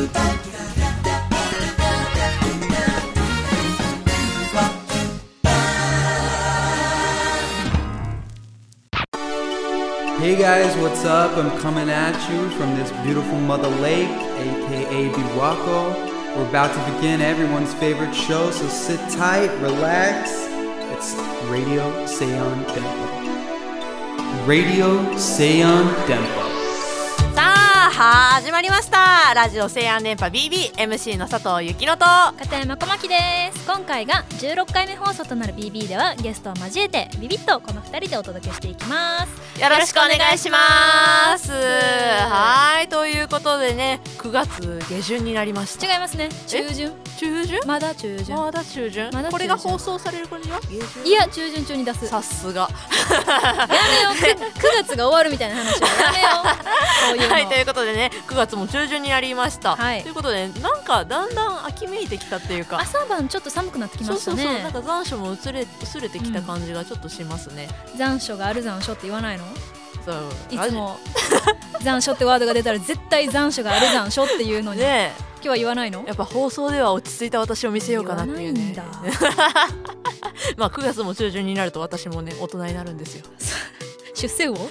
Hey guys, what's up? I'm coming at you from this beautiful mother lake, aka Biwako. We're about to begin everyone's favorite show, so sit tight, relax. It's Radio Seion Denpo. Radio Seion Denpo. さあ始まりました。ラジオ西安電波 BB MC の佐藤幸乃と片山小牧です。今回が16回目放送となる BB ではゲストを交えてビビッとこの2人でお届けしていきます。 よろしくお願いします。はい、ということでね、9月下旬になりました。 違いますね、中旬。 中旬？ まだ中旬。 まだ中旬。これが放送される頃には下旬。 いや、中旬中に出す。 さすが。 やめよう。9月が終わるみたいな話はやめよう。そういうの。 はい、ということでね、9月も中旬になりました。 はい。 ということで、なんかだんだん秋めいてきたっていうか。 朝晩ちょっと寒くなってきましたね。 そうなんか残暑も薄れてきた感じがちょっとしますね。 残暑がある残暑って言わないの？ そういつも残暑ってワードが出たら絶対残暑がある残暑っていうのに、ね、今日は言わないの？やっぱ放送では落ち着いた私を見せようかなっていうね。まあ9月も中旬になると私もね大人になるんですよ。 出世魚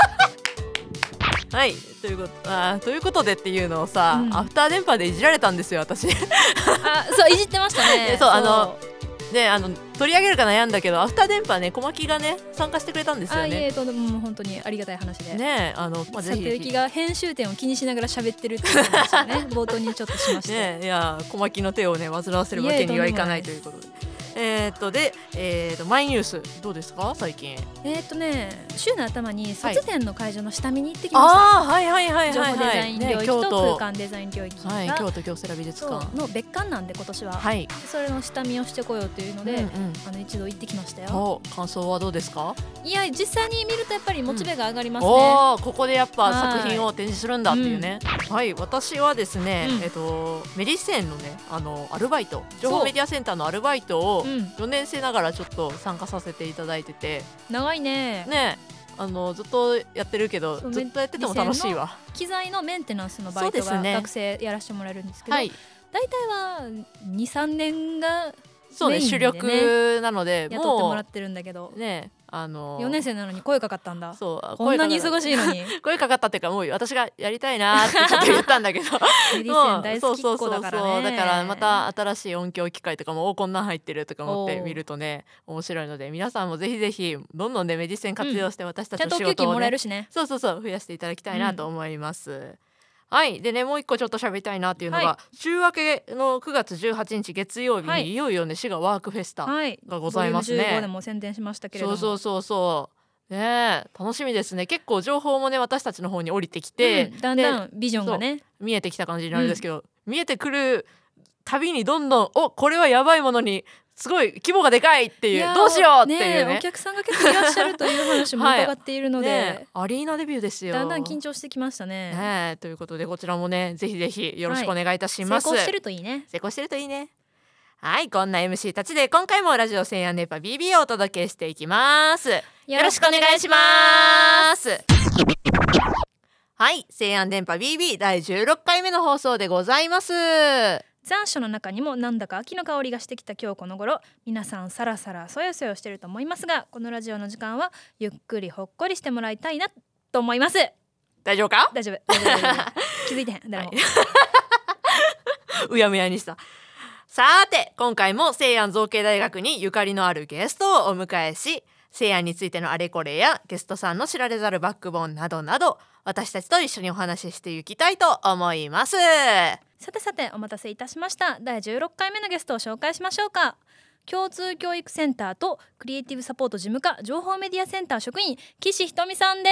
はい、ということでっていうのをさ、アフター電波でいじられたんですよ私。 そういじってましたね。 そう取り上げるか悩んだけど、アフター電波ね、小牧がね参加してくれたんですよね。 もう本当にありがたい話でね、 佐藤幸が編集点を気にしながら喋ってるっていう話をね冒頭にちょっとしましたね。いや小牧の手をね煩わせるわけにはいかないということで。マイニュースどうですか最近？ 週の頭に卒展の会場の下見に行ってきました。情報デザイン領域と空間デザイン領域が京都京セラ美術館の別館なんで今年は、それの下見をしてこようというので、一度行ってきましたよ。 感想はどうですか？ いや実際に見るとやっぱりモチベが上がりますね。 ここでやっぱ作品を展示するんだっていうね。はい、私はですね、メディセンのねアルバイト、情報メディアセンターのアルバイトを4年生ながらちょっと参加させていただいてて。 長いね。 ずっとやってるけどずっとやってても楽しいわ。 機材のメンテナンスのバイトが学生やらせてもらえるんですけど、大体は 2,3 年がそうね、主力なので雇ってもらってるんだけどね、 4年生なのに声かかったんだ。 そうこんなに忙しいのに声かかったっていうか、もう私がやりたいなってちょっと言ったんだけどメディセン大好きっ子だからね。 だからまた新しい音響機械とかもこんなん入ってるとか思って見るとね面白いので、皆さんもぜひぜひどんどんねメディセン活用して私たちの仕事をね、 ちゃんと給金もらえるしね。 そう増やしていただきたいなと思います。はいでね、もう一個ちょっと喋りたいなっていうのが、週明けの9月18日月曜日にいよいよね滋賀ワークフェスタがございますね。 15でも宣伝しましたけれども、 そうね、楽しみですね。結構情報もね私たちの方に降りてきて、 だんだんビジョンがね見えてきた感じになるんですけど、見えてくるたびにどんどんこれはやばいものにすごい規模がでかいっていう、どうしようっていうね、 お客さんが結構いらっしゃるという話も伺っているので、 アリーナデビューですよ。 だんだん緊張してきましたね。 ということでこちらもねぜひぜひよろしくお願いいたします。 成功してるといいね。 はい、こんな MC たちで今回もラジオ西安電波 BB をお届けしていきます。よろしくお願いします。はい、西安電波 BB 第16回目の放送でございます。 残暑の中にもなんだか秋の香りがしてきた今日この頃、皆さんさらさらそよそよしてると思いますが、このラジオの時間はゆっくりほっこりしてもらいたいなと思います。 大丈夫か？ 大丈夫気づいてへん誰も、 うやむやにした。さて今回も西安造形大学にゆかりのあるゲストをお迎えし、西安についてのあれこれやゲストさんの知られざるバックボーンなどなど、私たちと一緒にお話ししていきたいと思います。 さてお待たせいたしました。第16回目のゲストを紹介しましょうか。共通教育センターとクリエイティブサポート事務課情報メディアセンター職員岸ひとみさんです。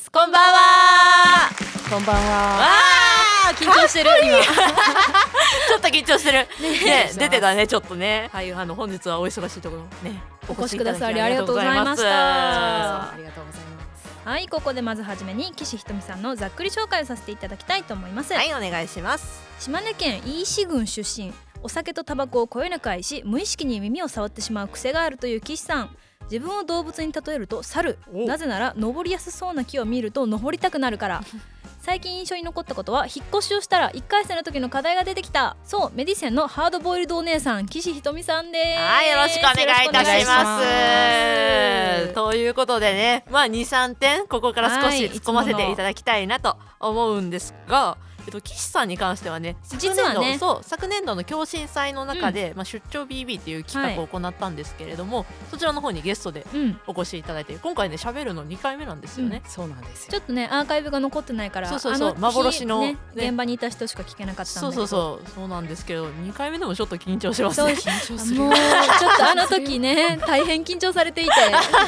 こんばんは。 こんばんは。緊張してる今ちょっと緊張してるね。出てたねちょっとね。はい、本日はお忙しいところねお越しくださりありがとうございました。 ありがとうございます。 はい、ここでまずはじめに岸ひとみさんのざっくり紹介をさせていただきたいと思います。 はい、お願いします。 島根県飯志郡出身、お酒とタバコをこよなく愛し無意識に耳を触ってしまう癖があるという岸さん。自分を動物に例えると猿、なぜなら登りやすそうな木を見ると登りたくなるから最近印象に残ったことは引っ越しをしたら1回生の時の課題が出てきた。そうメディセンのハードボイルドお姉さん岸ひとみさんです。 はい、よろしくお願いいたしまよろしくお願いしす。ということでね、2、3点ここから少し突っ込ませていただきたいなと思うんですが、岸さんに関してはね、 実はね昨年度の共振祭の中で、出張 BB っていう企画を行ったんですけれども、そちらの方にゲストでお越しいただいて、今回ね喋るの2回目なんですよね。 そうなんですよ。 ちょっとねアーカイブが残ってないから、 そう幻の、 ね、現場にいた人しか聞けなかったんだけど、 そうなんですけど、2回目でもちょっと緊張しますね。 緊張する。もうちょっとあの時ね大変緊張されていて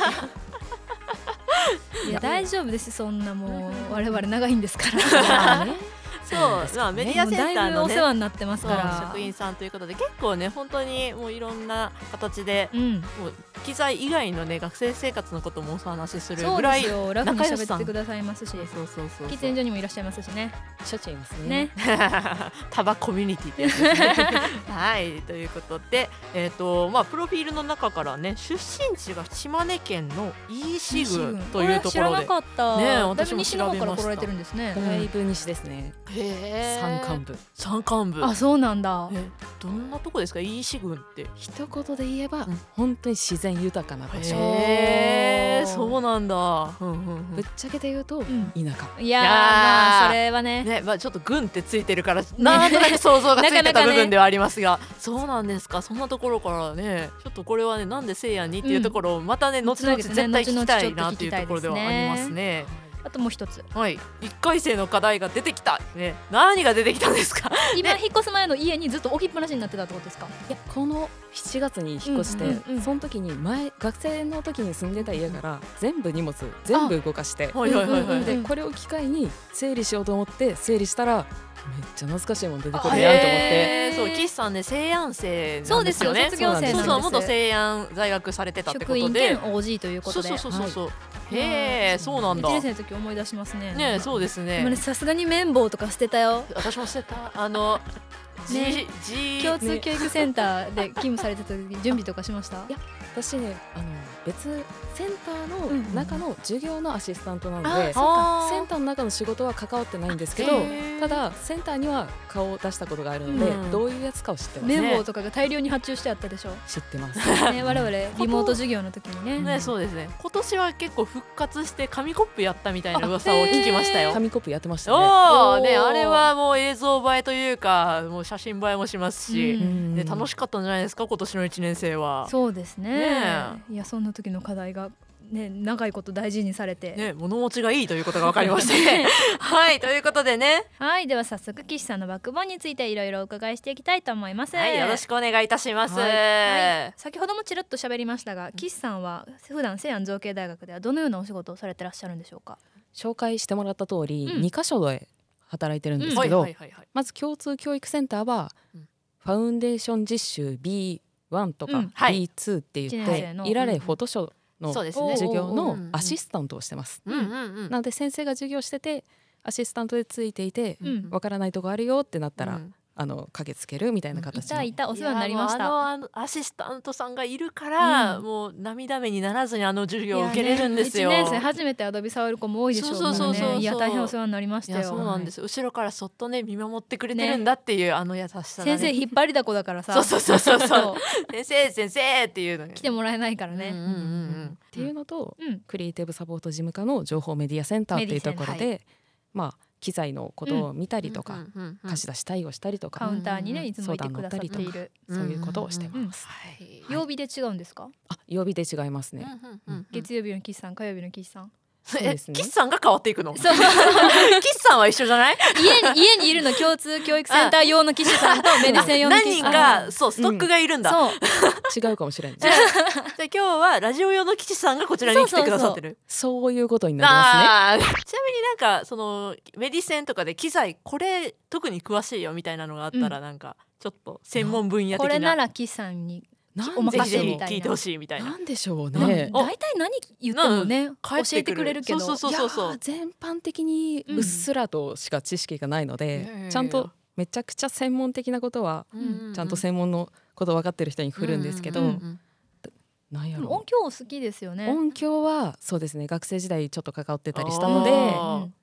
いや大丈夫です、そんなもう我々長いんですからそうメディアセンターのね、 だいぶお世話になってますから職員さんということで、結構ね本当にもういろんな形で、もう機材以外のね学生生活のこともお話しするぐらいそうですよ、ラフに喋ってくださいますし、 そう喫煙所にもいらっしゃいますしね、 しょっちゅういますね。 タバコミュニティってやつですねはいということで、プロフィールの中からね出身地が島根県の飯志郡というところで、 知らなかった、 ね、 だいぶ私も西の方調べました。 から来られてるんですね、 だいぶ西ですね。山間部。 山間部。 あ、そうなんだ。 どんなとこですか、飯志郡って。 一言で言えば、本当に自然豊かな場所。 そうなんだ。 ぶっちゃけて言うと、田舎。 いやそれはね、 ちょっと郡ってついてるから、なんとなく想像がついてた部分ではありますが、そうなんですか。そんなところからね、ちょっとこれはね、なんでせいやにっていうところをまたね、後々絶対聞きたいなっていうところではありますね。 あともう一つ、 1回生の課題が出てきた、ね、何が出てきたんですか今引っ越す前の家にずっと置きっぱなしになってたってことですか。 いや、この7月に引っ越して、その時に学生の時に住んでた家から全部荷物全部動かして、でこれを機会に整理しようと思って整理したら、めっちゃ懐かしいもん出てくるやんと思って。 そう、岸さんね、西安生なんですよね。 卒業生なんです。 そう、元西安在学されてたってことで、 職員兼 OG ということで、 そうへえ、そうなんだ。 1年生の時思い出しますね。 ね、そうですね。 さすがに綿棒とか捨てたよ。 私も捨てた。 共通教育センターで勤務されてた時準備とかしました？いや、私ね、別センターの中の授業のアシスタントなので、センターの中の仕事は関わってないんですけど、ただセンターには顔を出したことがあるので、どういうやつかを知ってますね。 綿棒とかが大量に発注してあったでしょ。 知ってますね、我々リモート授業の時にね。 そうですね。今年は結構復活して紙コップやったみたいな噂を聞きましたよ。 紙コップやってましたね。 あれはもう映像映えというか、もう写真映えもしますし、楽しかったんじゃないですか、今年の1年生は。 そうですね。いや、そんな時の課題がね、長いこと大事にされて、 ね、物持ちがいいということが分かりましてはい、ということでね、 はい、では早速岸さんのバックボーンについていろいろお伺いしていきたいと思います。 はい、よろしくお願いいたします。 先ほどもちらっと喋りましたが、岸さんは普段西安造形大学ではどのようなお仕事をされてらっしゃるんでしょうか？ 紹介してもらった通り、2カ所で働いてるんですけど、まず共通教育センターは、ファウンデーション実習 B1 とか B2 って言って、いられフォトショーの授業のアシスタントをしてます。なので先生が授業しててアシスタントでついていて、わからないとこあるよってなったら、駆けつけるみたいな形の。 いたお世話になりました。 アシスタントさんがいるから、もう涙目にならずに授業を受けれるんですよ。 1年生初めてアドビ触る子も多いでしょうね。いや、大変お世話になりましたよ。 そうなんです。後ろからそっとね見守ってくれてるんだっていう優しさがね。 先生引っ張りだこだからさ。 そう先生っていうの来てもらえないからね。 っていうのと、クリエイティブサポート事務課の情報メディアセンターっていうところで、機材のことを見たりとか、貸し出し対応したりとか、 カウンターにねいつもいてくださっている、 そういうことをしています。 曜日で違うんですか？ 曜日で違いますね。 月曜日の岸さん、火曜日の岸さん。 岸さんが変わっていくの？岸さんは一緒じゃない？ 家にいるの共通教育センター用の岸さんとメディセン用の岸さん。 何人かストックがいるんだ。 違うかもしれない。 じゃあ今日はラジオ用の岸さんがこちらに来てくださってる。 そういうことになりますね。 ちなみになんかそのメディセンとかで機材これ特に詳しいよみたいなのがあったら、なんかちょっと専門分野的な、 これなら岸さんにお任せみたいな、聞いてほしいみたいな。 なんでしょうね。 大体何言ってもね教えてくれるけど、 全般的にうっすらとしか知識がないので、ちゃんとめちゃくちゃ専門的なことはちゃんと専門のこと分かってる人に振るんですけど、なんやろ、 音響好きですよね。 音響はそうですね、学生時代ちょっと関わってたりしたので、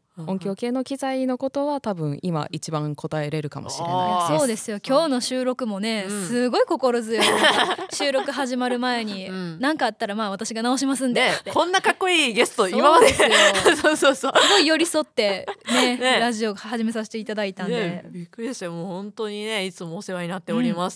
音響系の機材のことは多分今一番答えれるかもしれないです。 そうですよ。今日の収録もね、すごい心強い収録始まる前に何かあったらまあ私が直しますんでって、 こんなかっこいいゲスト今までそうそうそう、 すごい寄り添ってねラジオ始めさせていただいたんで、 びっくりですよ。もう本当にねいつもお世話になっております。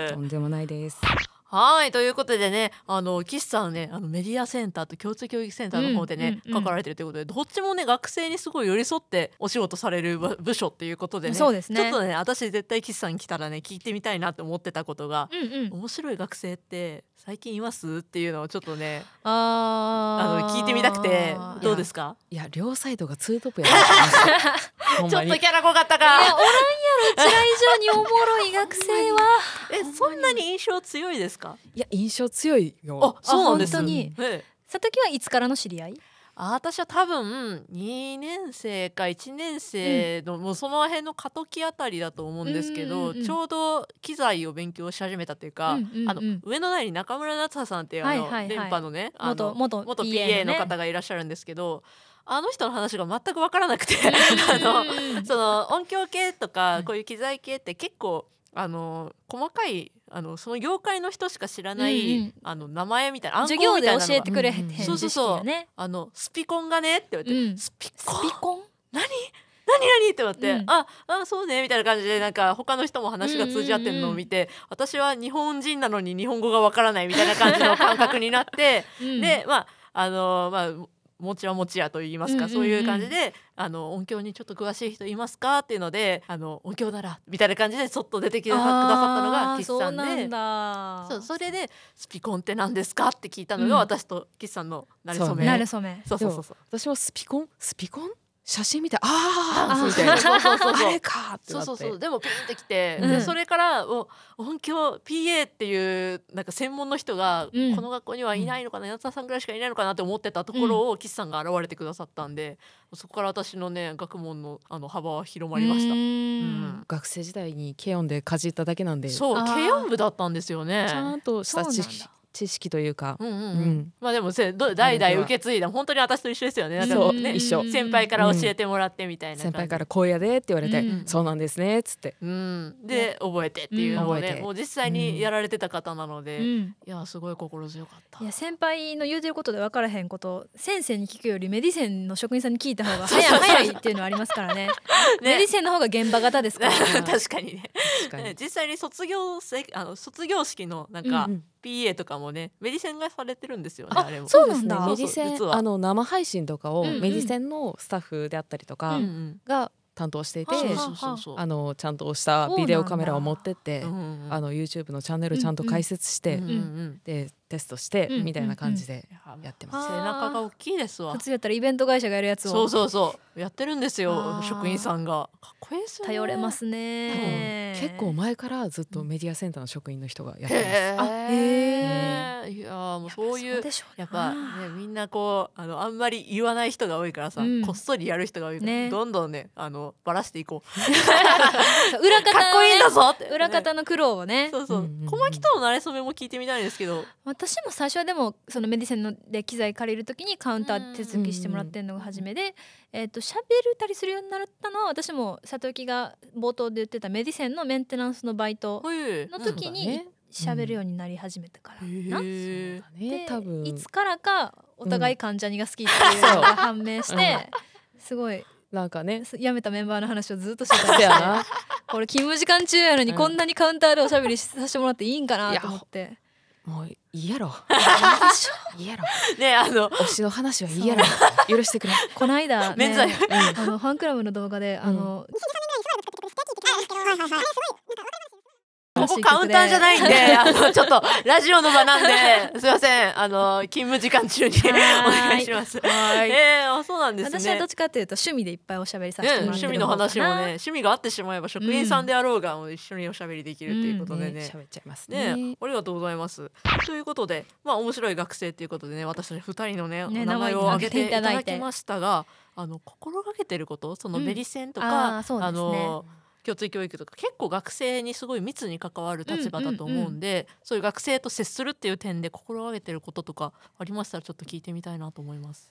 とんでもないです。 はいということでね、岸さんねメディアセンターと共通教育センターの方でね、関わられてるということで、どっちもね学生にすごい寄り添ってお仕事される部署っていうことでね、 そうですね、 ちょっとね私絶対岸さんに来たらね聞いてみたいなって思ってたことが、面白い学生って最近いますっていうのをちょっとね聞いてみたくて、どうですか？ いや両サイドがツートップやちょっとキャラ濃かったか。 いやおらんやろ、うちら以上におもろい学生はそんなに印象強いですか？ いや印象強いよ。 あ、そうなんです。 本当に。さときはいつからの知り合い？ 私は多分2年生か1年生の、もうその辺の過渡期あたりだと思うんですけど、ちょうど機材を勉強し始めたというか、上の代に中村夏葉さんっていう電波のね元 PA の方がいらっしゃるんですけど、あの人の話が全く分からなくてその音響系とかこういう機材系って結構細かいその業界の人しか知らない、名前みたいな暗号みたいなのが授業で教えてくれへん知識よね。 スピコンがねって言われて、スピコン何って言われて、あそうねみたいな感じで、なんか他の人も話が通じ合ってるのを見て、私は日本人なのに日本語がわからないみたいな感じの感覚になってでもちはもちやと言いますか、そういう感じで音響にちょっと詳しい人いますかっていうので、音響ならみたいな感じでそっと出てきてくださったのが岸さんで、それでスピコンって何ですかって聞いたのが、私と岸さんのなれそめ。 そう私もスピコン写真見てみたいなあれかってなって、 そうでもピンってきて、でそれから音響 PA っていうなんか専門の人がこの学校にはいないのかな、八田さんぐらいしかいないのかなって思ってたところを岸さんが現れてくださったんで、そこから私のね学問の幅は広まりました。 学生時代に軽音でかじっただけなんで、 そう軽音部だったんですよね。 ちゃんとした知識というか、 まあでも代々受け継いだ、本当に私と一緒ですよね。 そうね、一緒。 先輩から教えてもらってみたいな、 先輩からこうやでって言われて、そうなんですねっつって、 で覚えてっていうのをね、もう実際にやられてた方なので、いやすごい心強かった。 いや先輩の言うてることで分からへんこと先生に聞くよりメディセンの職員さんに聞いた方が早いっていうのはありますからね。メディセンの方が現場型ですから確かにね。実際に卒業式のなんかPA とかもねメディセンがされてるんですよね。あれもそうなんだ。 メディセン生配信とかをメディセンのスタッフであったりとかが担当していて、ちゃんとしたビデオカメラを持ってってYouTube のチャンネルちゃんと開設してでテストしてみたいな感じでやってます。 背中が大きいですわ。 普通やったらイベント会社がやるやつをそうやってるんですよ、職員さんが。かっこいいですよね。 頼れますね。 結構前からずっとメディアセンターの職員の人がやってます。 いやもうそういうやっぱね、みんなこうあんまり言わない人が多いからさ、こっそりやる人が多いから、どんどんねバラしていこう。 裏方かっこいいんだぞって、 裏方の苦労をね。 小牧とのなれそめも聞いてみたいんですけど、 私も最初はでもそのメディセンので機材借りるときにカウンター手続きしてもらってるのが初めで、喋れたりするようになったのは私も里幸が冒頭で言ってたメディセンのメンテナンスのバイトの時に喋るようになり始めたからな。でいつからかお互い関ジャニが好きっていうのが判明して、すごいなんかね辞めたメンバーの話をずっとしてたんですよ。これ勤務時間中やのにこんなにカウンターでおしゃべりさせてもらっていいんかなと思って。 もういいやろ。いいやろ。 ね推しの話はいいやろ。許してくれ。 この間ねファンクラブの動画でここカウンターじゃないんでちょっとラジオの場なんですいません勤務時間中にお願いします。そうなんですね。 私はどっちかっていうと趣味でいっぱいおしゃべりさせてもらってる趣味の話もね、趣味があってしまえば職員さんであろうが一緒におしゃべりできるっていうことでね、 喋っちゃいますね。 ありがとうございます。ということで面白い学生っていうことでね、私たち2人のね名前を挙げていただきましたが、心がけてること、そのメディセンとか共通教育とか結構学生にすごい密に関わる立場だと思うんで、そういう学生と接するっていう点で心がけてることとかありましたらちょっと聞いてみたいなと思います。 な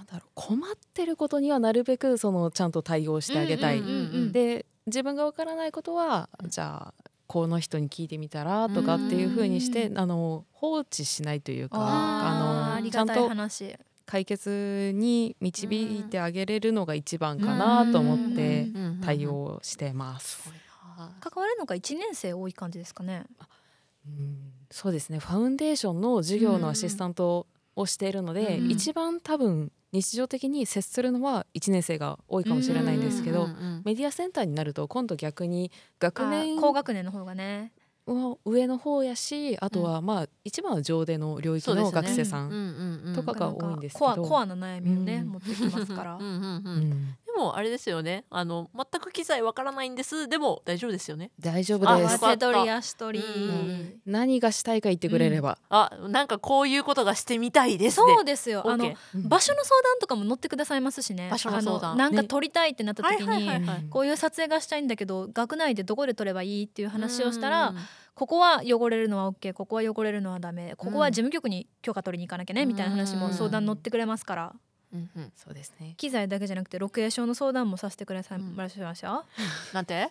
なんだろう、困ってることにはなるべくそのちゃんと対応してあげたい、で自分がわからないことはじゃあこの人に聞いてみたらとかっていう風にして放置しないというかちゃんと解決に導いてあげれるのが一番かなと思って対応してます。 関わるのが1年生多い感じですかね。 そうですね、ファウンデーションの授業のアシスタントをしているので、一番多分日常的に接するのは1年生が多いかもしれないんですけど、メディアセンターになると今度逆に学年高学年の方がね上の方やし、あとは一番は上での領域の学生さんとかが多いんですけど、 コアな悩みをね、持ってきますからでもあれですよね、全く機材わからないんです、でも大丈夫ですよね。 大丈夫です。 手取り足取り、 何がしたいか言ってくれれば、 なんかこういうことがしてみたいですね。 そうですよ、場所の相談とかも乗ってくださいますしね。場所の相談なんか撮りたいってなった時に、こういう撮影がしたいんだけど学内でどこで撮ればいいっていう話をしたら、ここは汚れるのは OK、 ここは汚れるのはダメ、ここは事務局に許可取りに行かなきゃねみたいな話も相談乗ってくれますから。 そうですね、 機材だけじゃなくてロケーションの相談もさせてくださいましました。 なんて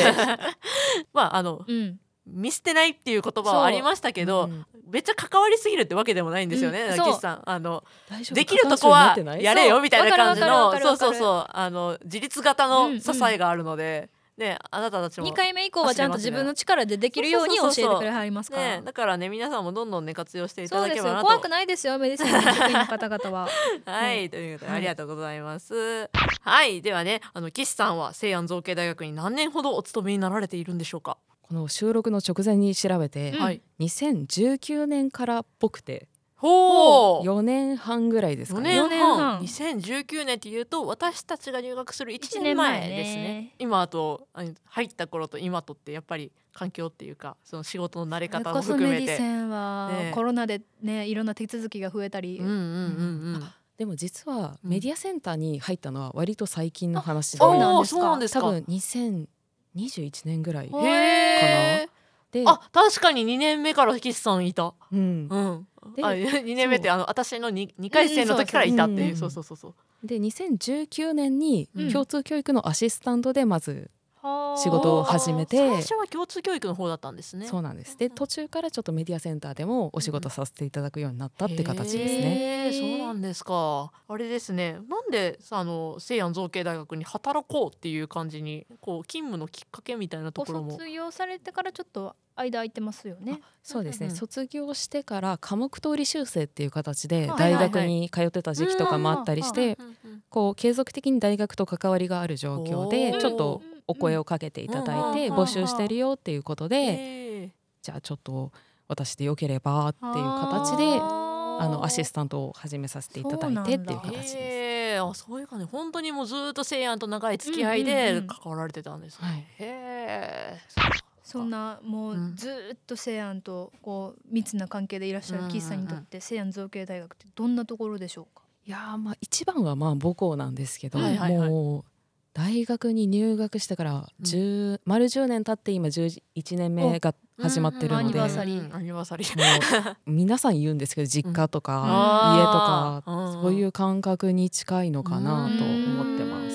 見捨てないっていう言葉はありましたけど、めっちゃ関わりすぎるってわけでもないんですよね。岸さんできるとこはやれよみたいな感じの、自立型の支えがあるので、ね、あなたたちも 2回目以降はちゃんと自分の力でできるように教えてくれはりますから、 だからね、皆さんもどんどんね活用していただければなと。 怖くないですよ、メディシンの職員の方々ははい、ということでありがとうございます。はい、ではね、岸さんは西安造形大学に何年ほどお勤めになられているんでしょうか。 この収録の直前に調べて、2019年からっぽくて、4年半ぐらいですかね。 4年半、2019年っていうと私たちが入学する1年前ですね。今と入った頃と今とってやっぱり環境っていうか、その仕事の慣れ方も含めて、 メディセンはコロナでね、いろんな手続きが増えたり、 でも実はメディアセンターに入ったのは割と最近の話で、 そうなんですか。 多分2021年ぐらいかな。 で、確かに2年目から岸さんいた。2年目って私の 2回生の時からいたっていう。 で2019年に共通教育のアシスタントでまず仕事を始めて、 最初は共通教育の方だったんですね。 そうなんです。で途中からちょっとメディアセンターでもお仕事させていただくようになったって形ですね。 そうなんですか。あれですね、なんで西安造形大学に働こうっていう感じに勤務のきっかけみたいなところも。 卒業されてからちょっと間空いてますよね。 そうですね、卒業してから科目通り修正っていう形で大学に通ってた時期とかもあったりして、継続的に大学と関わりがある状況でちょっとお声をかけていただいて募集してるよっていうことで、じゃあちょっと私でよければっていう形でアシスタントを始めさせていただいてっていう形です。 そういうかね、本当にもうずっと西安と長い付き合いで関わられてたんですね。 そんなもうずっと西安と密な関係でいらっしゃる岸さんにとって西安造形大学ってどんなところでしょうか。 いや一番は母校なんですけど、もう大学に入学してから丸10年経って今11年目が始まってるので、 アニバーサリー皆さん言うんですけど、実家とか家とかそういう感覚に近いのかなと思ってます。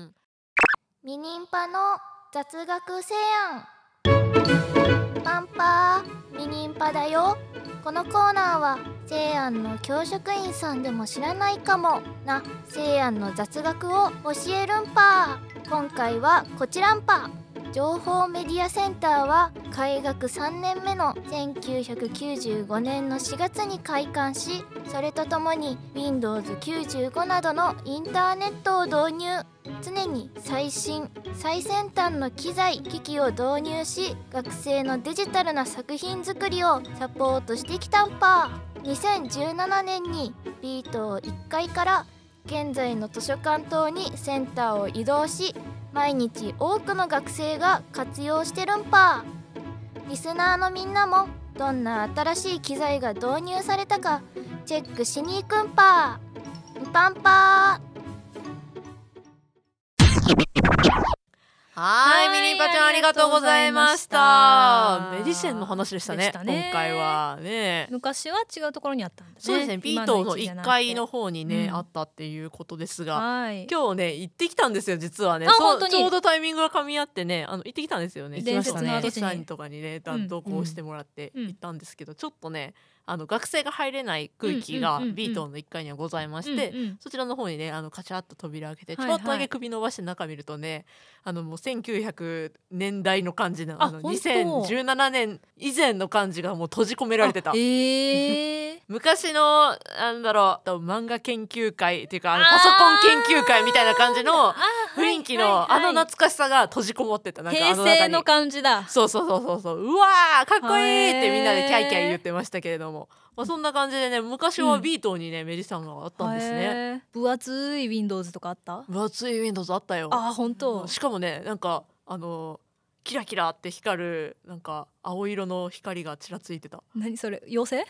ミニンパの雑学西安。パンパーミニンパだよ。このコーナーは西安の教職員さんでも知らないかもな西安の雑学を教えるんぱ。今回はこちらんぱ。情報メディアセンターは開学3年目の1995年の4月に開館し、それとともに Windows95 などのインターネットを導入。常に最新最先端の機材機器を導入し、学生のデジタルな作品作りをサポートしてきたんぱ。2017年に B 棟1階から現在の図書館棟にセンターを移動し、毎日多くの学生が活用してるんぱ。リスナーのみんなもどんな新しい機材が導入されたかチェックしに行くんぱ。パンパー。 はい、ミニンパちゃんありがとうございました。メディセンの話でしたね。今回はね。 昔は違うところにあったんだね。 そうですね。ビートの1階の方にね、あったっていうことですが、今日ね行ってきたんですよ実はね。ちょうどタイミングが噛み合ってね、行ってきたんですよね。 伝説の跡地にとかにね同行してもらって行ったんですけど、ちょっとね学生が入れない空気がビートの1階にはございまして、そちらの方にねカチャッと扉開けてちょっとだけ首伸ばして中見るとね、もう1900年代の感じの2017年以前の感じがもう閉じ込められてた。昔の漫画研究会っていうかパソコン研究会みたいな感じの雰囲気の懐かしさが閉じこもってた。なんか平成の感じだ。 そううわーかっこいいってみんなでキャイキャイ言ってましたけれども、そんな感じでね昔はビートにねメディさんがあったんですね。 分厚い Windows とかあった？ 分厚い Windows あったよ。 本当。 しかもねなんかキラキラって光るなんか青色の光がちらついてた。 何それ、妖精？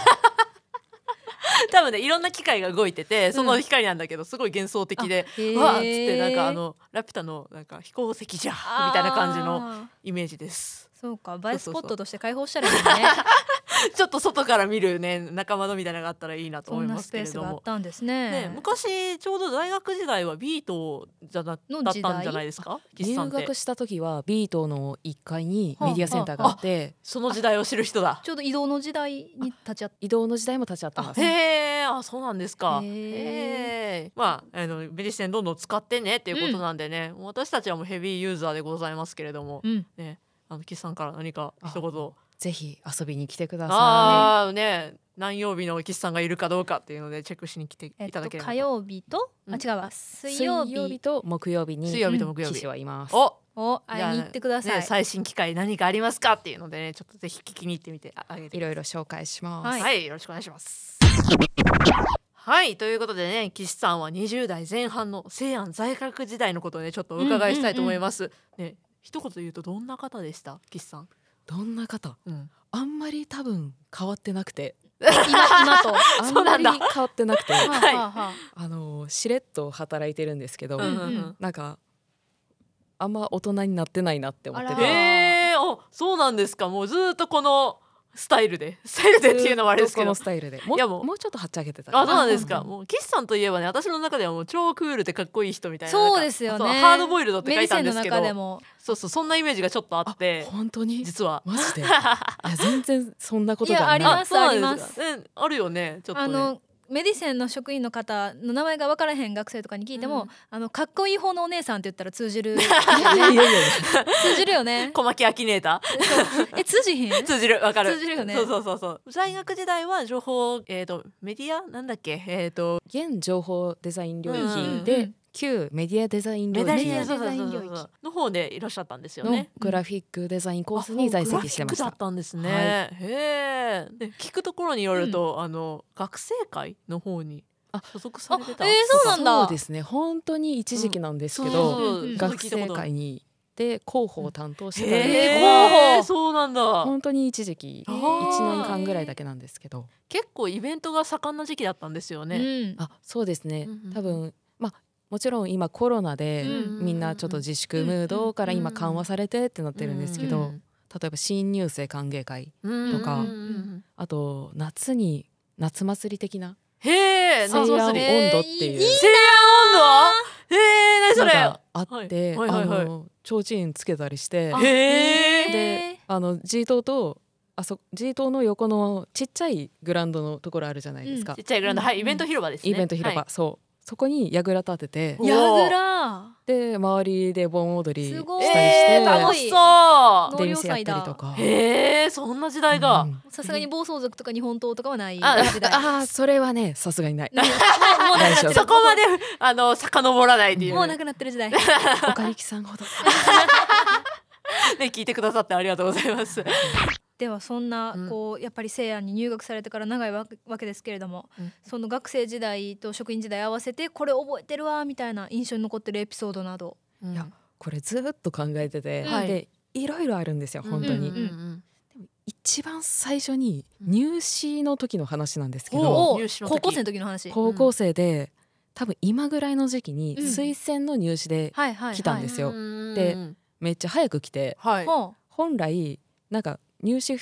多分ねいろんな機械が動いててその光なんだけどすごい幻想的で、わーっつってなんかラピュタのなんか飛行石じゃみたいな感じのイメージです。 そうか、映えスポットとして開放したらいいね。 ちょっと外から見るね中窓みたいなのがあったらいいなと思いますけれども。 そんなスペースがあったんですね。 昔ちょうど大学時代はビートだったんじゃないですか？ 入学した時はビートの1階にメディアセンターがあって、 その時代を知る人だ。 ちょうど移動の時代に立ち会って、 移動の時代も立ち会ってます。 そうなんですか。まあメディセンどんどん使ってねっていうことなんでね、私たちはもうヘビーユーザーでございますけれども、ね岸さんから何か一言。 ぜひ遊びに来てください。 ね、何曜日の岸さんがいるかどうかっていうのでチェックしに来ていただければ。 火曜日と違うわ、水曜日と木曜日に岸はいます。 会いに行ってください。 最新機械何かありますかっていうのでねちょっとぜひ聞きに行ってみてあげて。 いろいろ紹介します。 はい、よろしくお願いします。はい、ということでね岸さんは20代前半の西安在学時代のことをねちょっとお伺いしたいと思います。ね、一言言うとどんな方でした岸さん？ どんな方？あんまり多分変わってなくて今とあんまり変わってなくてしれっと働いてるんですけど、なんかあんま大人になってないなって思ってて。 そうなんですか。もうずっとこのスタイルでっていうのもあれですけど、 このスタイルでもうちょっとはっちゃけてた。 そうなんですか。もう岸さんといえばね私の中ではもう超クールでかっこいい人みたいな。 そうですよね。 ハードボイルドって書いたんですけど、 メディセンの中でもそんなイメージがちょっとあって。 本当に実はマジでいや全然そんなことがない。 ありますあります。 あるよねちょっとね。 メディセンの職員の方の名前が分からへん学生とかに聞いても、かっこいい方のお姉さんって言ったら通じる、通じるよね。 小牧アキネーター通じひん？ 通じる、わかる。 通じるよね。 そう在学時代は情報メディアなんだっけ現情報デザイン領域で旧メディアデザイン領域の方でいらっしゃったんですよね。 グラフィックデザインコースに在籍してました。 だったんですね。へえ。聞くところによると学生会の方に所属されてた。 そうなんだ。 そうですね。本当に一時期なんですけど、学生会にで広報を担当してたんで。 広報。そうなんだ。 本当に一時期1年間ぐらいだけなんですけど。 結構イベントが盛んな時期だったんですよね。 そうですね。多分もちろん今コロナでみんなちょっと自粛ムードから今緩和されてってなってるんですけど、例えば新入生歓迎会とか、あと夏祭り的な西安温度っていう西安温度何それあって提灯つけたりしてでG棟とG棟の横のちっちゃいグラウンドのところあるじゃないですか。 ちっちゃいグラウンド、はい、イベント広場ですね。 イベント広場、そこに櫓立ててで周りで盆踊りしたりして楽しそう出店やったりとか。 そんな時代が。 さすがに暴走族とか日本刀とかはない時代。 それはねさすがにない。 そこまで遡らないっていう。 もうなくなってる時代。 岡力さんほどね聞いてくださってありがとうございます。 ではそんなやっぱり西安に入学されてから長いわけですけれども、その学生時代と職員時代合わせてこれ覚えてるわみたいな印象に残ってるエピソードなど。 いやこれずっと考えてて、でいろいろあるんですよ本当に。でも一番最初に入試の時の話なんですけど、 高校生の時の話。 高校生で多分今ぐらいの時期に推薦の入試で来たんですよ。 でめっちゃ早く来て、 はい、 本来なんか入試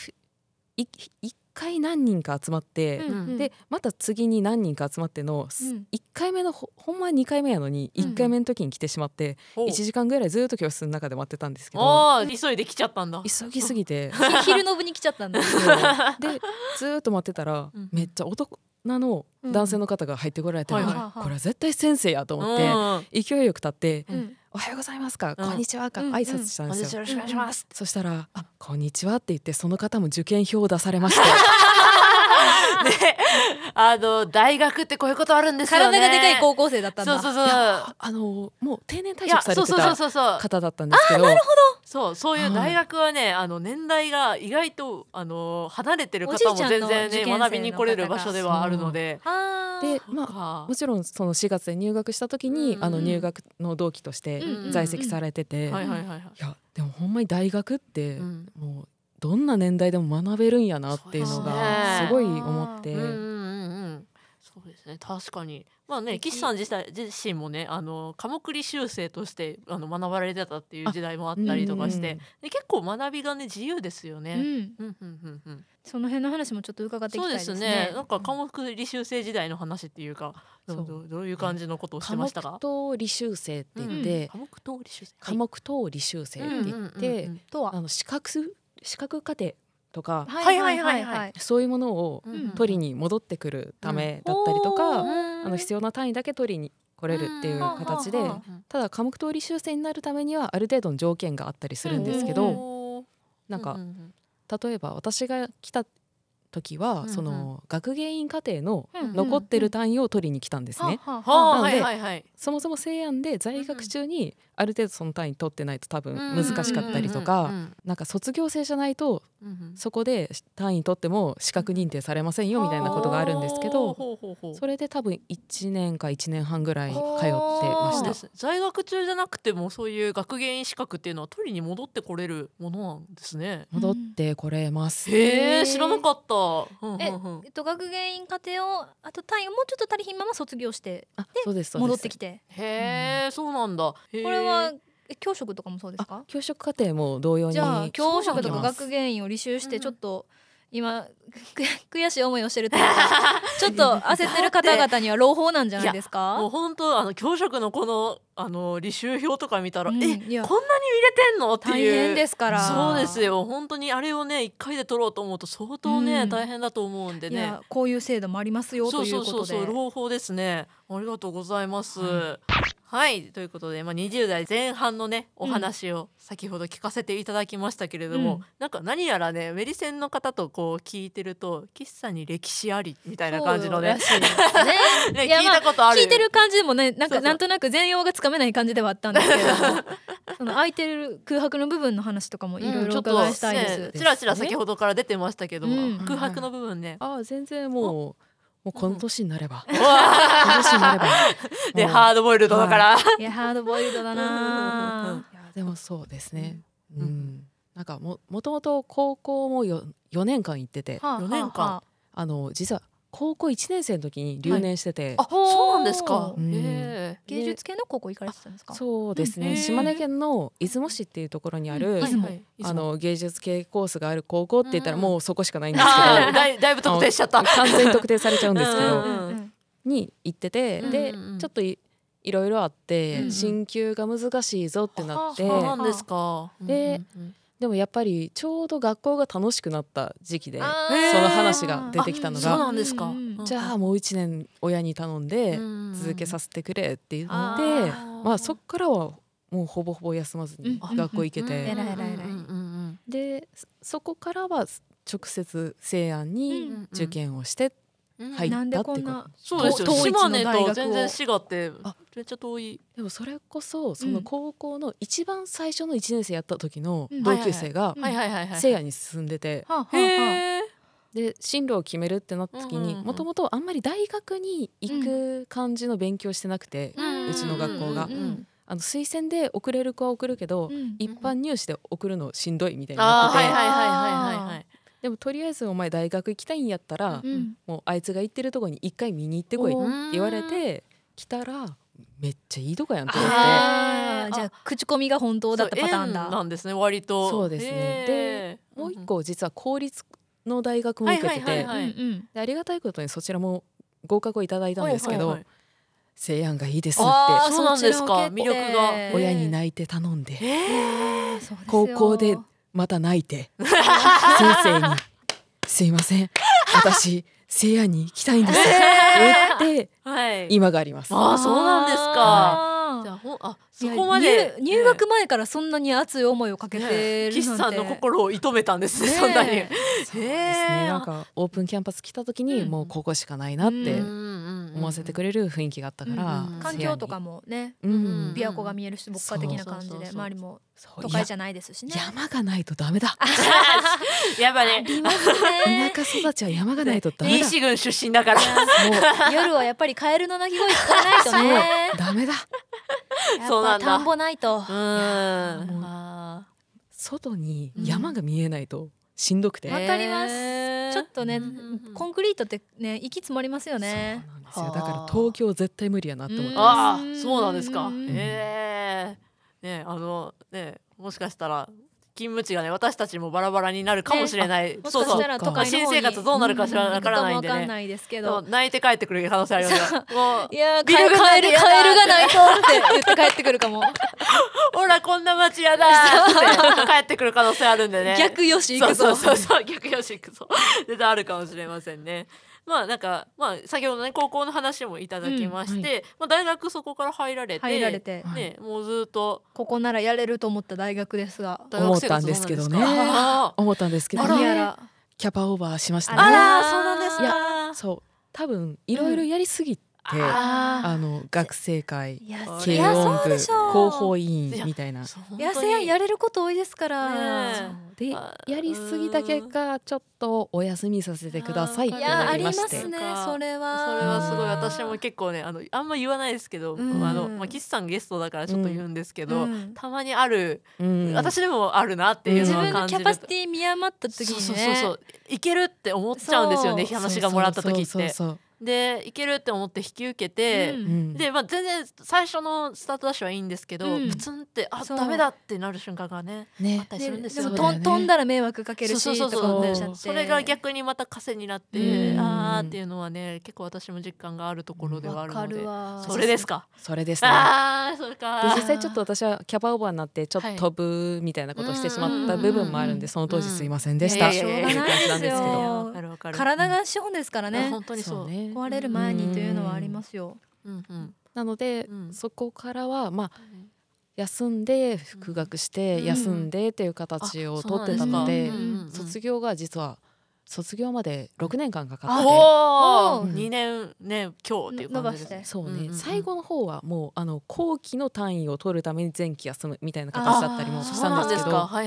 1回何人か集まって、でまた次に何人か集まっての、1回目のほんま2回目やのに1回目の時に来てしまって、1時間ぐらいずっと教室の中で待ってたんですけど、 急いで来ちゃったんだ。 急ぎすぎて昼の部に来ちゃったんだ。 でずっと待ってたら、めっちゃ男の男性の方が入ってこられて、これは絶対先生やと思って勢いよく立って「おはようございますか、こんにちは」か挨拶したんですよ。 よろしくお願いします。 そしたら「こんにちは」って言って、その方も受験票を出されましてね、大学ってこういうことあるんですよね。 体がでかい高校生だったんだ。 もう定年退職されてた方だったんですけど、 なるほど。そういう大学はね、年代が意外と離れてる方も全然ね学びに来れる場所ではあるので。 でもちろんその4月で入学した時に入学の同期として在籍されてて、いやでもほんまに大学ってもうどんな年代でも学べるんやなっていうのがすごい思って。 そうですね、確かに。まあね、岸さん自身もね科目履修生として学ばれてたっていう時代もあったりとかして、で結構学びがね自由ですよね。 その辺の話もちょっと伺っていきたいですね。 そうですね。なんか科目履修生時代の話っていうか、どういう感じのことをしてましたか？ 科目等履修生って言って、科目等履修生って言って、資格課程とかそういうものを取りに戻ってくるためだったりとか、必要な単位だけ取りに来れるっていう形で、ただ科目等履修生になるためにはある程度の条件があったりするんですけど、なんか例えば私が来た時はその学芸員課程の残ってる単位を取りに来たんですね。なのでそもそも西安で在学中にある程度その単位取ってないと多分難しかったりとか、なんか卒業生じゃないとそこで単位取っても資格認定されませんよみたいなことがあるんですけど、それで多分1年か1年半ぐらい通ってました。 在学中じゃなくてもそういう学芸員資格っていうのは取りに戻ってこれるものなんですね。 戻ってこれます。 へえ、知らなかった。 学芸員課程をあと単位をもうちょっと足りひんまま卒業して戻ってきて。 へえ、そうなんだ。これは教職とかもそうですか？ 教職課程も同様に。 じゃあ教職とか学芸員を履修してちょっと今悔しい思いをしてるというかちょっと焦ってる方々には朗報なんじゃないですか？ もう本当教職のこの履修表とか見たら、こんなに入れてんのっていう。 大変ですから。 そうですよ。本当にあれをね1回で取ろうと思うと相当ね、大変だと思うんでね。 いやこういう制度もありますよということで。 そう朗報ですね。ありがとうございます。はい、ということで、20代前半のねお話を先ほど聞かせていただきましたけれども、なんか何やらねメリセンの方とこう聞いてると岸さんに歴史ありみたいな感じのね聞いたことある。 聞いてる感じでもねなんとなく全容がつかめない感じではあったんですけどその空いてる空白の部分の話とかもいろいろお伺いしたいです。 ちらちら先ほどから出てましたけども、空白の部分ね。 全然もうこの年になればでハードボイルドだから、 いやハードボイルドだな。 いやでもそうですね、なんかもともと高校も4年間行ってて、 4年間実は高校1年生の時に留年してて、 そうなんですか。 芸術系の高校行かれてたんですか？ そうですね、島根県の出雲市っていうところにある芸術系コースがある高校って言ったらもうそこしかないんですけど、 だいぶ特定しちゃった。 完全に特定されちゃうんですけどに行ってて、でちょっといろいろあって進級が難しいぞってなって、 そうなんですか。 でもやっぱりちょうど学校が楽しくなった時期でその話が出てきたのが、 そうなんですか。 じゃあもう1年親に頼んで続けさせてくれって言って、そっからはもうほぼほぼ休まずに学校行けて、でそこからは直接西安に受験をして入ったってこと。 そうですよ。島根と全然滋賀ってめっちゃ遠い。 でもそれこそその高校の一番最初の1年生やった時の同級生が西安に進んでて、で進路を決めるってなった時にもともとあんまり大学に行く感じの勉強してなくて、うちの学校が推薦で送れる子は送るけど一般入試で送るのしんどいみたいになってて、でもとりあえずお前大学行きたいんやったら、もうあいつが行ってるとこに一回見に行ってこいって言われて来たらめっちゃいいとこやんと思って、 じゃあ口コミが本当だったパターンだ。 縁なんですね割と。 そうですね。でもう一個実は公立の大学も受けてて、でありがたいことにそちらも合格をいただいたんですけど、西安がいいですって。 そうなんですか。魅力が親に泣いて頼んで、高校でまた泣いて先生にすいません私西安に行きたいんですって言って今があります。 あ、そうなんですか。じゃあそこまで入学前からそんなに熱い思いをかけてるなんて、 岸さんの心を射止めたんですね。そんなに。 そうですね。なんかオープンキャンパス来た時にもうここしかないなって思わせてくれる雰囲気があったから、 環境とかもね、琵琶湖が見えるし、牧歌的な感じで周りも都会じゃないですしね。 山がないとダメだ。 やっぱね、 田舎育ちは山がないとダメだ。 西郡出身だから。 夜はやっぱりカエルの鳴き声聞こえないとね。 ダメだ。 やっぱ田んぼないと。 外に山が見えないとしんどくて。 わかります。ちょっとね、コンクリートってね、息詰まりますよね。 そうなんですよ。だから東京絶対無理やなって思ってます。そうなんですか。ね、もしかしたら勤務地がね、私たちもバラバラになるかもしれない。 そうそう。 新生活どうなるか知らからないんでね。泣いて帰ってくる可能性ありますよ。 いや、カエルがないとって言って帰ってくるかも。 ほらこんな街やだって帰ってくる可能性あるんでね。 逆よし行くぞ。 そう逆よし行くぞ。絶対あるかもしれませんね。まあなんか先ほどね高校の話もいただきまして、大学そこから入られてね、もうずっとここならやれると思った大学ですが、 思ったんですけどね。思ったんですけどね。キャパオーバーしましたね。 あら、そうなんですか。 いや、そう多分いろいろやりすぎて、学生会、軽音部、広報委員みたいな。 やれること多いですから。 でやりすぎた結果ちょっとお休みさせてくださいってなりまして。 ありますね。それはすごい。私も結構ねあんま言わないですけど、岸さんゲストだからちょっと言うんですけど、たまにある、私でもあるなっていうのは感じる。 自分のキャパシティ見余った時にね、 そういけるって思っちゃうんですよね。話がもらった時って。でいけるって思って引き受けて、で全然最初のスタートダッシュはいいんですけど、プツンってダメだってなる瞬間がねあったりするんですよ。 でも飛んだら迷惑かけるしとか思っちゃって、 それが逆にまた枷になってっていうのはね、結構私も実感があるところではあるので。それですか。 それですね。 それか。 で実際ちょっと私はキャパオーバーになってちょっと飛ぶみたいなことをしてしまった部分もあるんで、その当時すいませんでした。 しょうがないですよ。体が資本ですからね。 本当にそう。 壊れる前にというのはありますよ。 なのでそこからは休んで復学して休んでっていう形をとってたので、卒業が実は卒業まで6年間かかって 2年ね今日っていう感じです。 そうね、最後の方はもう後期の単位を取るために前期休むみたいな形だったりもしたんですけど。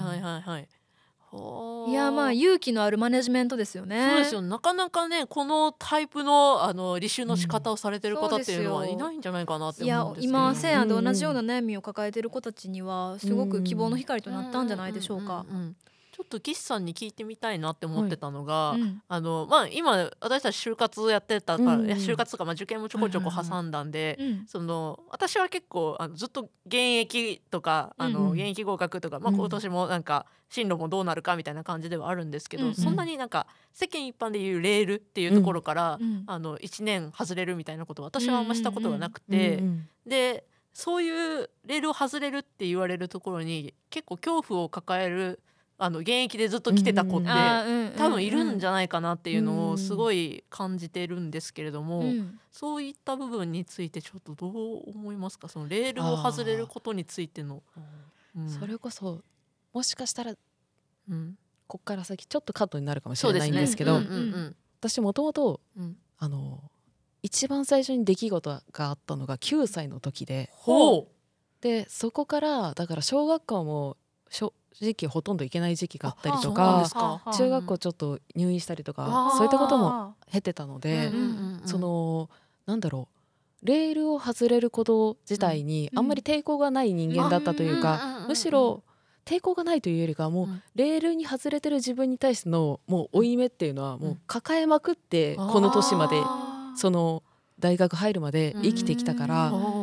いや勇気のあるマネジメントですよね。 そうですよ。なかなかねこのタイプの履修の仕方をされてる方っていうのはいないんじゃないかなって思うんですけど。 今西安で同じような悩みを抱えている子たちにはすごく希望の光となったんじゃないでしょうか。 ちょっと岸さんに聞いてみたいなって思ってたのが、今私たち就活やってたから、就活とか受験もちょこちょこ挟んだんで、私は結構ずっと現役とか現役合格とか、今年もなんか進路もどうなるかみたいな感じではあるんですけど、そんなになんか世間一般でいうレールっていうところから、1年外れるみたいなことを私はあんましたことがなくて、でそういうレールを外れるって言われるところに結構恐怖を抱える現役でずっと来てた子って多分いるんじゃないかなっていうのをすごい感じてるんですけれども、そういった部分についてちょっとどう思いますか。そのレールを外れることについての。 それこそもしかしたらこっから先ちょっとカットになるかもしれないんですけど、私もともと一番最初に出来事があったのが9歳の時で、でそこからだから小学校も正直ほとんど行けない時期があったりとか、中学校ちょっと入院したりとかそういったことも経てたので、なんだろう、レールを外れること自体にあんまり抵抗がない人間だったというか、むしろ抵抗がないというよりかもうレールに外れてる自分に対してのもう負い目っていうのはもう抱えまくってこの年までその大学入るまで生きてきたから、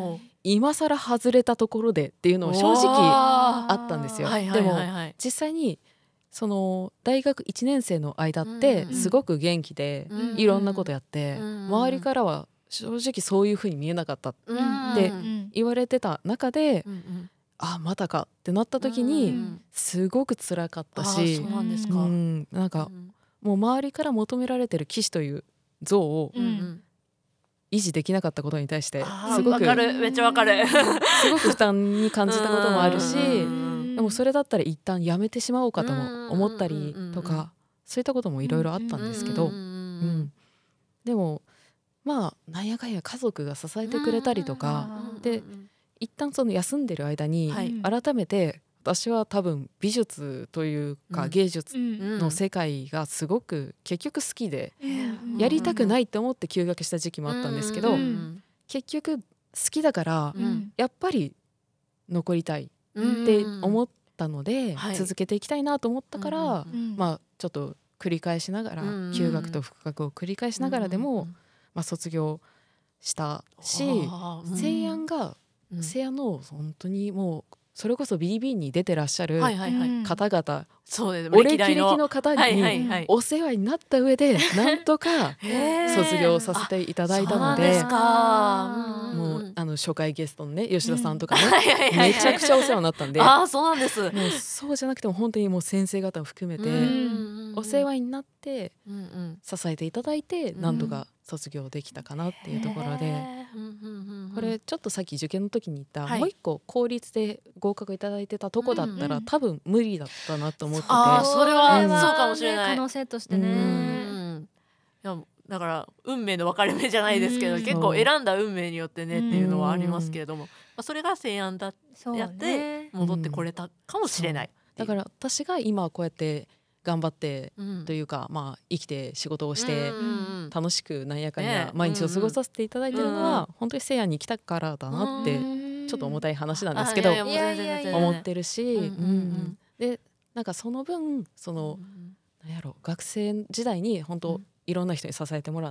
今更外れたところでっていうのは正直あったんですよ。でも実際にその大学1年生の間ってすごく元気でいろんなことやって周りからは正直そういう風に見えなかったって言われてた中であまたかってなった時にすごく辛かったし、なんかもう周りから求められてる騎士という像を維持できなかったことに対してすごくめっちゃわかるすごく負担に感じたこともあるし、でもそれだったら一旦やめてしまおうかとも思ったりとか、そういったこともいろいろあったんですけど、でもまあなんやかんや家族が支えてくれたりとかで、一旦その休んでる間に改めて私は多分美術というか芸術の世界がすごく結局好きで、やりたくないと思って休学した時期もあったんですけど、結局好きだからやっぱり残りたいって思ったので続けていきたいなと思ったから、まあちょっと繰り返しながら休学と復学を繰り返しながらでもまあ卒業したし、西安の本当にもうそれこそ BB に出てらっしゃる方々、お歴々の方にお世話になった上でなんとか卒業させていただいたので、もう初回ゲストのね吉田さんとかねめちゃくちゃお世話になったんで、 そうなんです。 もうそうじゃなくても本当にもう先生方も含めてお世話になって支えていただいてなんとか卒業できたかなっていうところで、これちょっとさっき受験の時に言ったもう一個公立で合格いただいてたとこだったら多分無理だったなと思ってて、 それはそうかもしれない、 可能性としてね。 いやだから運命の分かれ目じゃないですけど、結構選んだ運命によってねっていうのはありますけれども、それが西安だやって戻ってこれたかもしれない。 だから私が今こうやって頑張ってというか、まあ生きて仕事をして楽しくなんやかんや毎日を過ごさせていただいてるのは本当に西安に来たからだなってちょっと重たい話なんですけど思ってるし、でなんかその分そのなんやろ学生時代に本当いろんな人に支えてもらって、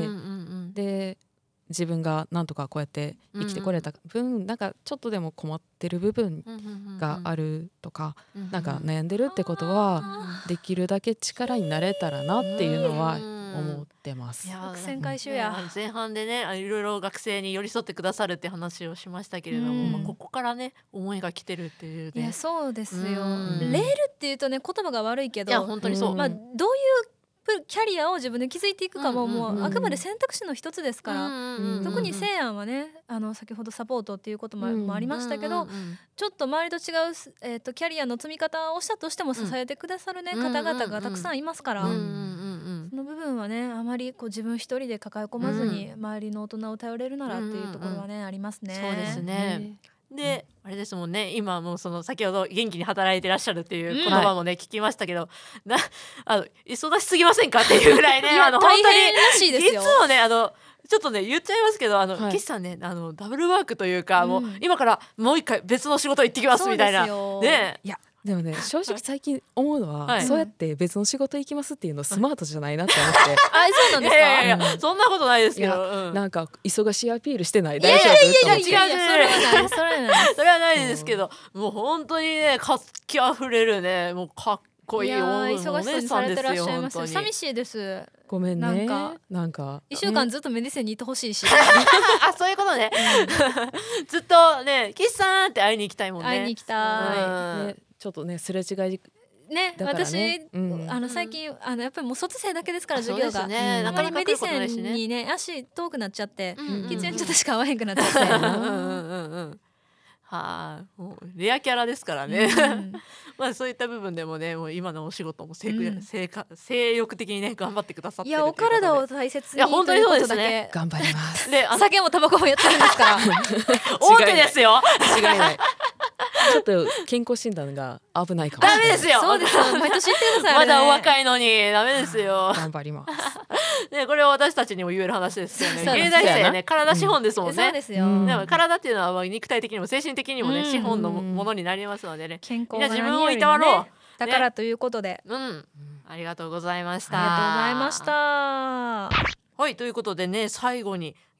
で自分がなんとかこうやって生きてこれた分、なんかちょっとでも困ってる部分があるとか、なんか悩んでるってことはできるだけ力になれたらなっていうのは思ってます。 作戦回収や前半でねいろいろ学生に寄り添ってくださるって話をしましたけれども、ここからね思いが来てるっていうね。 いやそうですよ、レールっていうとね言葉が悪いけど、 いや本当にそう、 まあどういうキャリアを自分で築いていくかも、もうあくまで選択肢の一つですから、特に西安はね先ほどサポートっていうこともありましたけど、ちょっと周りと違う、キャリアの積み方をしたとしても支えてくださる、ね方々がたくさんいますから、その部分はねあまりこう自分一人で抱え込まずに、周りの大人を頼れるならっていうところはね、ありますね。 そうですね。であれですもんね、今もその先ほど元気に働いてらっしゃるっていう言葉もね、聞きましたけど、忙しすぎませんかっていうぐらいね大変らしいですよ。 いつもねちょっとね言っちゃいますけど岸さんねダブルワークというか、もう今からもう一回別の仕事行ってきますみたいなね。 いやでもね正直最近思うのは、そうやって別の仕事行きますっていうのスマートじゃないなって思ってそうなんですか。 いやそんなことないですけど、 なんか忙しいアピールしてない？大丈夫？ 違うそれはないですけど、もう本当にね活気あふれるね、もうかっこいいお姉さんですよ。本当に寂しいです。 ごめんね。なんか 1週間ずっとメディセンにいてほしいしそういうことねずっとね岸さんって会いに行きたいもんね。 会いに行きたい、 ちょっとねすれ違いね、私、最近やっぱりもう卒生だけですから授業が、あんまりメディセンにね足遠くなっちゃって、喫煙所でしか会わへんくなっちゃってもうレアキャラですからねまあそういった部分でもね、もう今のお仕事も精力的にね頑張ってくださってる。 いやお体を大切に、 いや本当にそうですね、 頑張ります。 で酒もタバコもやってるんですから大手ですよ違いないちょっと健康診断が危ないかもしれない。 ダメですよ。 そうですよ、毎年言ってください。 まだお若いのにダメですよ。 頑張りますね、これは私たちにも言える話ですよね。芸大生ね、体資本ですもんね。 そうですよ。 でも体っていうのは肉体的にも精神的にもね、資本のものになりますのでね。 健康が自分をいたわろう。 だからということで、 ありがとうございました。 ありがとうございました。 はい、ということでね、最後に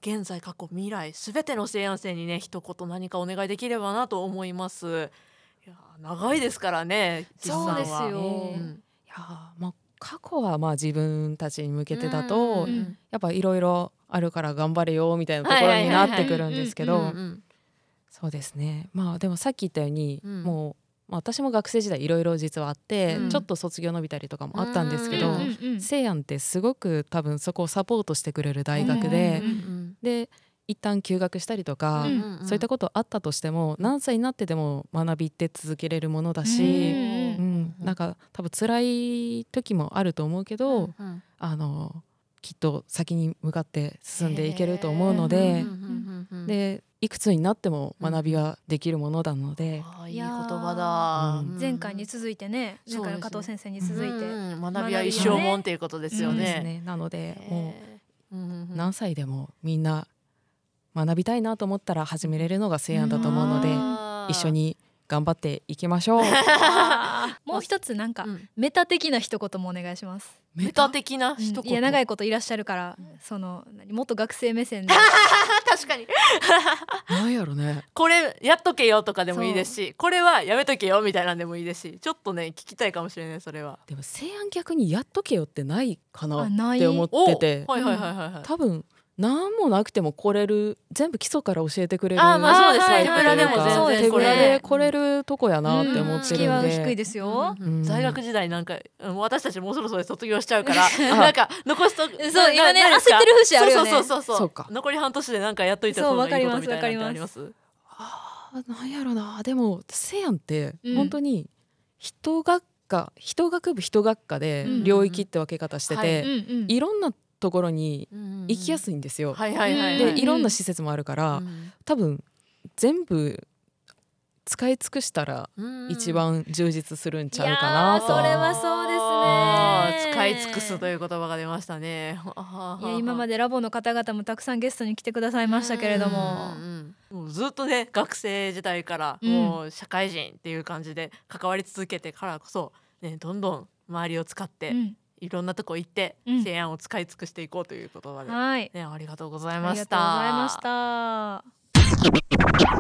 現在過去未来すべての西安生にね一言何かお願いできればなと思います。いや長いですからね。 そうですよ、 いやまあ過去はまあ自分たちに向けてだとやっぱいろいろあるから頑張れよみたいなところになってくるんですけど、そうですね。まあでもさっき言ったように、もう私も学生時代いろいろ実はあって、ちょっと卒業伸びたりとかもあったんですけど、西安ってすごく多分そこをサポートしてくれる大学で、で一旦休学したりとか、そういったことあったとしても何歳になってでも学びって続けれるものだし、なんか多分辛い時もあると思うけど、きっと先に向かって進んでいけると思うので、でいくつになっても学びはできるものなので、 いい言葉だ。 前回に続いてね、前回の加藤先生に続いて、 学びは一生もんっていうことですよね。 なのでもう何歳でもみんな学びたいなと思ったら始めれるのが西安だと思うので、一緒に頑張っていきましょう。 もう一つなんかメタ的な一言もお願いします。 メタ的な一言、 いや長いこといらっしゃるから、そのもっと学生目線で確かになんやろね、 これやっとけよとかでもいいですし、これはやめとけよみたいなんでもいいですし、ちょっとね聞きたいかもしれない。それはでも西安逆にやっとけよってないかなって思ってて、多分何もなくても来れる、全部基礎から教えてくれる、 そうですね、手ぶらでも全然手ぶらで来れるとこやなって思ってるんで、 敷居は低いですよ。 大学時代なんか私たちもうそろそろ卒業しちゃうからなんか残すと、そう今ね焦ってる節あるよね。 そう残り半年でなんかやっといた方がいいことみたいなのってあります？ なんやろな。でも西安って本当に一学部一学科で領域って分け方してて、いろんなところに行きやすいんですよ。でいろんな施設もあるから、多分全部使い尽くしたら一番充実するんちゃうかなと。 それはそうですね。 使い尽くすという言葉が出ましたね。 いや今までラボの方々もたくさんゲストに来てくださいましたけれども、 もうずっとね学生時代からもう社会人っていう感じで関わり続けてからこそ、ね、どんどん周りを使って、いろんなとこ行って西安を使い尽くしていこうという言葉で、ね、ありがとうございました。 ありがとうございました。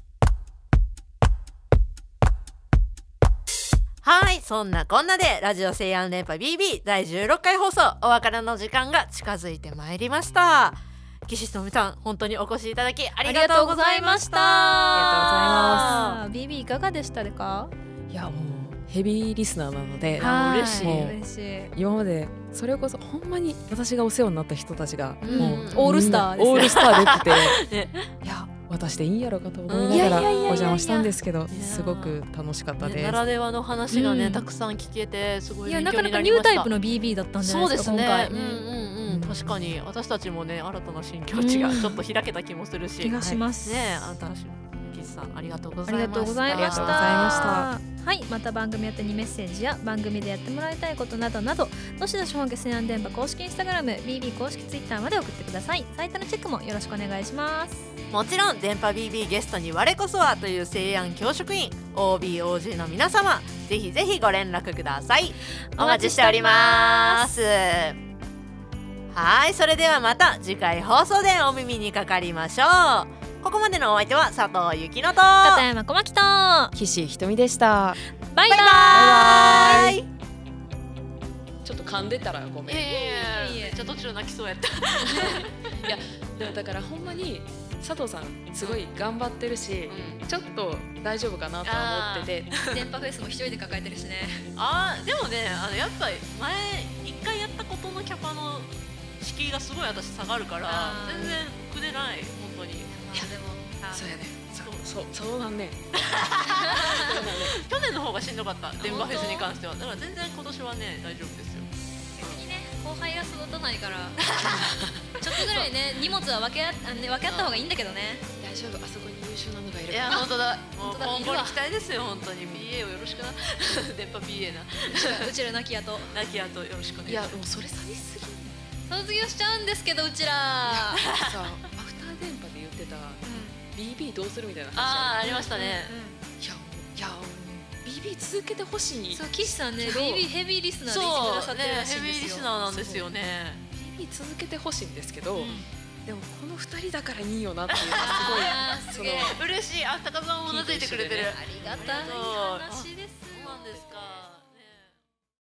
はい、そんなこんなでラジオ西安連覇 BB 第16回放送お別れの時間が近づいてまいりました。岸ひとみさん本当にお越しいただきありがとうございました。 ありがとうございます。BB いかがでしたか？ いやもうヘビーリスナーなので嬉しい。 今までそれこそほんまに私がお世話になった人たちがもうオールスターですね。 オールスターで来ていや私でいいんやろかと思いながらお邪魔したんですけど、すごく楽しかったです。 ならではの話がねたくさん聞けてすごい勉強になりました。 なかなかニュータイプの BB だったんじゃないですか。 そうですね。確かに私たちもね新たな新境地がちょっと開けた気もするし、 気がしますね。新しい岸さんありがとうございました。 ありがとうございました。はい、また番組宛てにメッセージや番組でやってもらいたいことなどなどどしどし本家西安電波公式インスタグラム BB 公式ツイッターまで送ってください。サイトのチェックもよろしくお願いします。 もちろん電波 BB ゲストに我こそはという西安教職員 OB/OG の皆様ぜひぜひご連絡ください。お待ちしております。はい、それではまた次回放送でお耳にかかりましょう。ここまでのお相手は佐藤ゆきのと片山小牧と岸ひとみでした。 バイバイ。 ちょっと噛んでたらごめん。 じゃあ途中泣きそうやったいやでもだからほんまに佐藤さんすごい頑張ってるし、ちょっと大丈夫かなと思ってて電波フェスも一人で抱えてるしね。 でもねやっぱり前一回やったことのキャパの敷居がすごい私下がるから全然苦でない本当に。 いやでもそうやね。そうなんね。 去年の方がしんどかった電波フェスに関しては。だから全然今年はね大丈夫ですよ。 逆にね後輩が育たないからちょっとぐらいね荷物は分け合った方がいいんだけどね。 大丈夫、あそこに優秀なのがいる。 いや本当だ。もう今後に期待ですよ本当に。 BA をよろしくな電波 BA なうちら亡き後よろしくね。 いやもうそれ寂しすぎる。 卒業しちゃうんですけどうちらさアフター電波で言ってた BB どうするみたいな話ありましたね。 いや BB 続けてほしい。 そう岸さんね BB ヘビーリスナーでいてくださってるらしいんですよ。 ヘビーリスナーなんですよね。 BB 続けてほしいんですけど、 でもこの2人だからいいよなっていうのがすごい嬉しい。高さんもうなずいてくれてる。 ありがたい話です。 そうなんですか。